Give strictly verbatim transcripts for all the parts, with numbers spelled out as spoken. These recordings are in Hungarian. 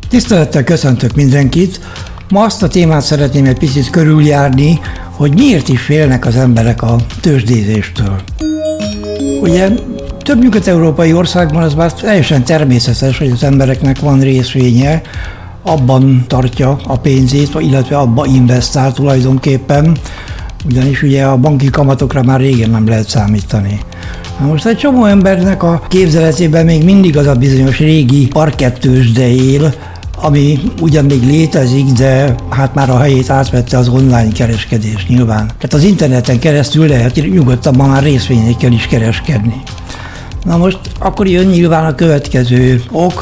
Tisztelettel köszöntök mindenkit! Ma azt a témát szeretném egy picit körüljárni, hogy miért is félnek az emberek a tőzsdézéstől. Ugye több nyugat-európai országban az már teljesen természetes, hogy az embereknek van részvénye, abban tartja a pénzét, illetve abba investál tulajdonképpen, ugyanis ugye a banki kamatokra már régen nem lehet számítani. Na most egy csomó embernek a képzeletében még mindig az a bizonyos régi parkettőzsde él, ami ugyan még létezik, de hát már a helyét átvette az online kereskedés nyilván. Tehát az interneten keresztül lehet nyugodtan ma már részvényekkel is kereskedni. Na most akkor jön nyilván a következő ok.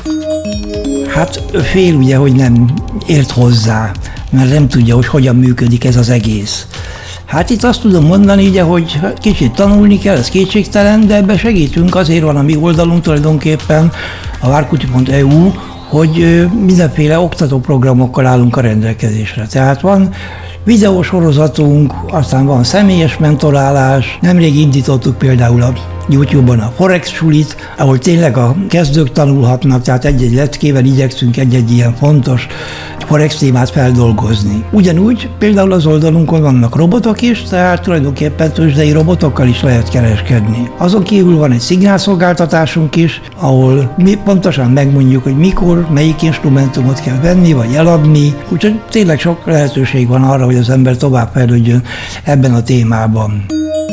Hát fél ugye, hogy nem ért hozzá, mert nem tudja, hogy hogyan működik ez az egész. Hát itt azt tudom mondani, ugye, hogy kicsit tanulni kell, ez kétségtelen, de ebbe segítünk, azért van a mi oldalunk tulajdonképpen, a várkutya pont e u, hogy mindenféle oktatóprogramokkal állunk a rendelkezésre. Tehát van videósorozatunk, aztán van személyes mentorálás, nemrég indítottuk például a YouTube-on a Forex sulit, ahol tényleg a kezdők tanulhatnak, tehát egy-egy leckével igyekszünk egy-egy ilyen fontos Forex témát feldolgozni. Ugyanúgy például az oldalunkon vannak robotok is, tehát tulajdonképpen tőzsdei robotokkal is lehet kereskedni. Azon kívül van egy szignálszolgáltatásunk is, ahol mi pontosan megmondjuk, hogy mikor, melyik instrumentumot kell venni, vagy eladni, úgyhogy tényleg sok lehetőség van arra, hogy az ember továbbfejlődjön ebben a témában.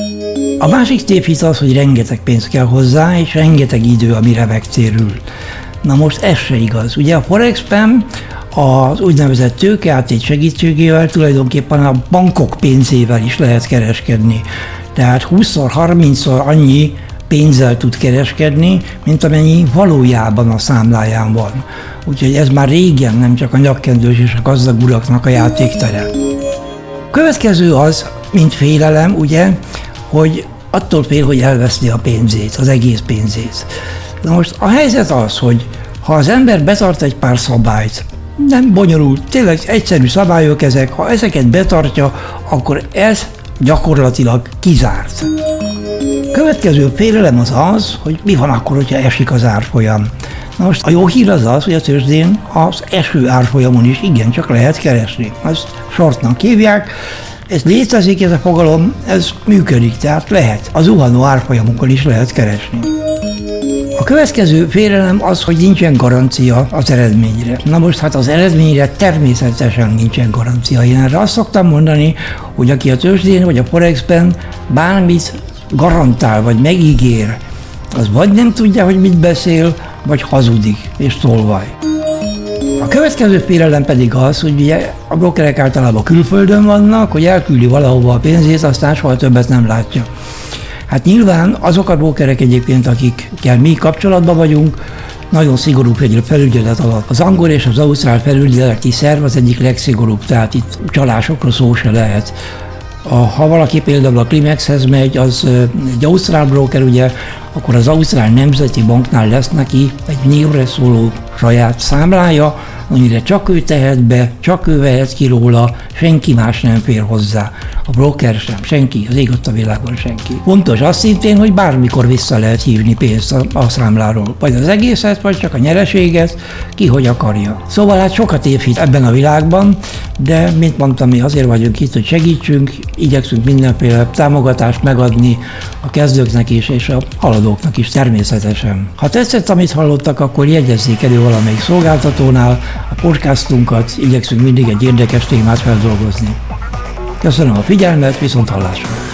A másik tévhit az, hogy rengeteg pénz kell hozzá, és rengeteg idő, amire megtérül. Na most ez se igaz. Ugye a Forexben az úgynevezett tőkeátét segítségével tulajdonképpen a bankok pénzével is lehet kereskedni. Tehát húszszor, harmincszor annyi pénzzel tud kereskedni, mint amennyi valójában a számláján van. Úgyhogy ez már régen nem csak a nyakkendős és a gazdag uraknak a játéktere. Következő az, mint félelem, ugye, hogy attól fél, hogy elveszni a pénzét, az egész pénzét. Na most a helyzet az, hogy ha az ember betart egy pár szabályt, nem bonyolult, tényleg egyszerű szabályok ezek, ha ezeket betartja, akkor ez gyakorlatilag kizárt. Következő félelem az az, hogy mi van akkor, hogyha esik az árfolyam. Na most a jó hír az az, hogy a tőzsdén az eső árfolyamon is igencsak lehet keresni. Ezt shortnak hívják. Ez létezik, ez a fogalom, ez működik, tehát lehet. A zuhanó árfolyamokon is lehet keresni. A következő félelem az, hogy nincsen garancia az eredményre. Na most hát az eredményre természetesen nincsen garancia. Én erre azt szoktam mondani, hogy aki a tőzsdén vagy a Forexben bármit garantál vagy megígér, az vagy nem tudja, hogy mit beszél, vagy hazudik és tolvaj. A következő félelem pedig az, hogy ugye a brokerek általában külföldön vannak, hogy elküldi valahova a pénzét, aztán soha többet nem látja. Hát nyilván azok a brokerek egyébként, akikkel mi kapcsolatban vagyunk, nagyon szigorú felügyelet alatt. Az angol és az ausztrál felügyeleti szerv az egyik legszigorúbb, tehát itt csalásokról szó se lehet. A, ha valaki például a Climexhez megy, az egy ausztrál broker, ugye, akkor az Ausztrál Nemzeti Banknál lesz neki egy névre szóló saját számlája, amire csak ő tehet be, csak ő vehet ki róla, senki más nem fér hozzá. A broker sem, senki, az ég a világon senki. Fontos az szintén, hogy bármikor vissza lehet hívni pénzt a, a számláról. Vagy az egészet, vagy csak a nyereséget, ki hogy akarja. Szóval hát sokat évhit ebben a világban, de mint mondtam, mi azért vagyunk itt, hogy segítsünk, igyekszünk mindenféle támogatást megadni a kezdőknek is, és a haladóknak is természetesen. Ha tetszett, amit hallottak, akkor jegyezzék elő valamelyik szolgáltatónál a podcastunkat, igyekszünk mindig egy érdekes témát feldolgozni. Köszönöm a figyelmet, viszont hallásra!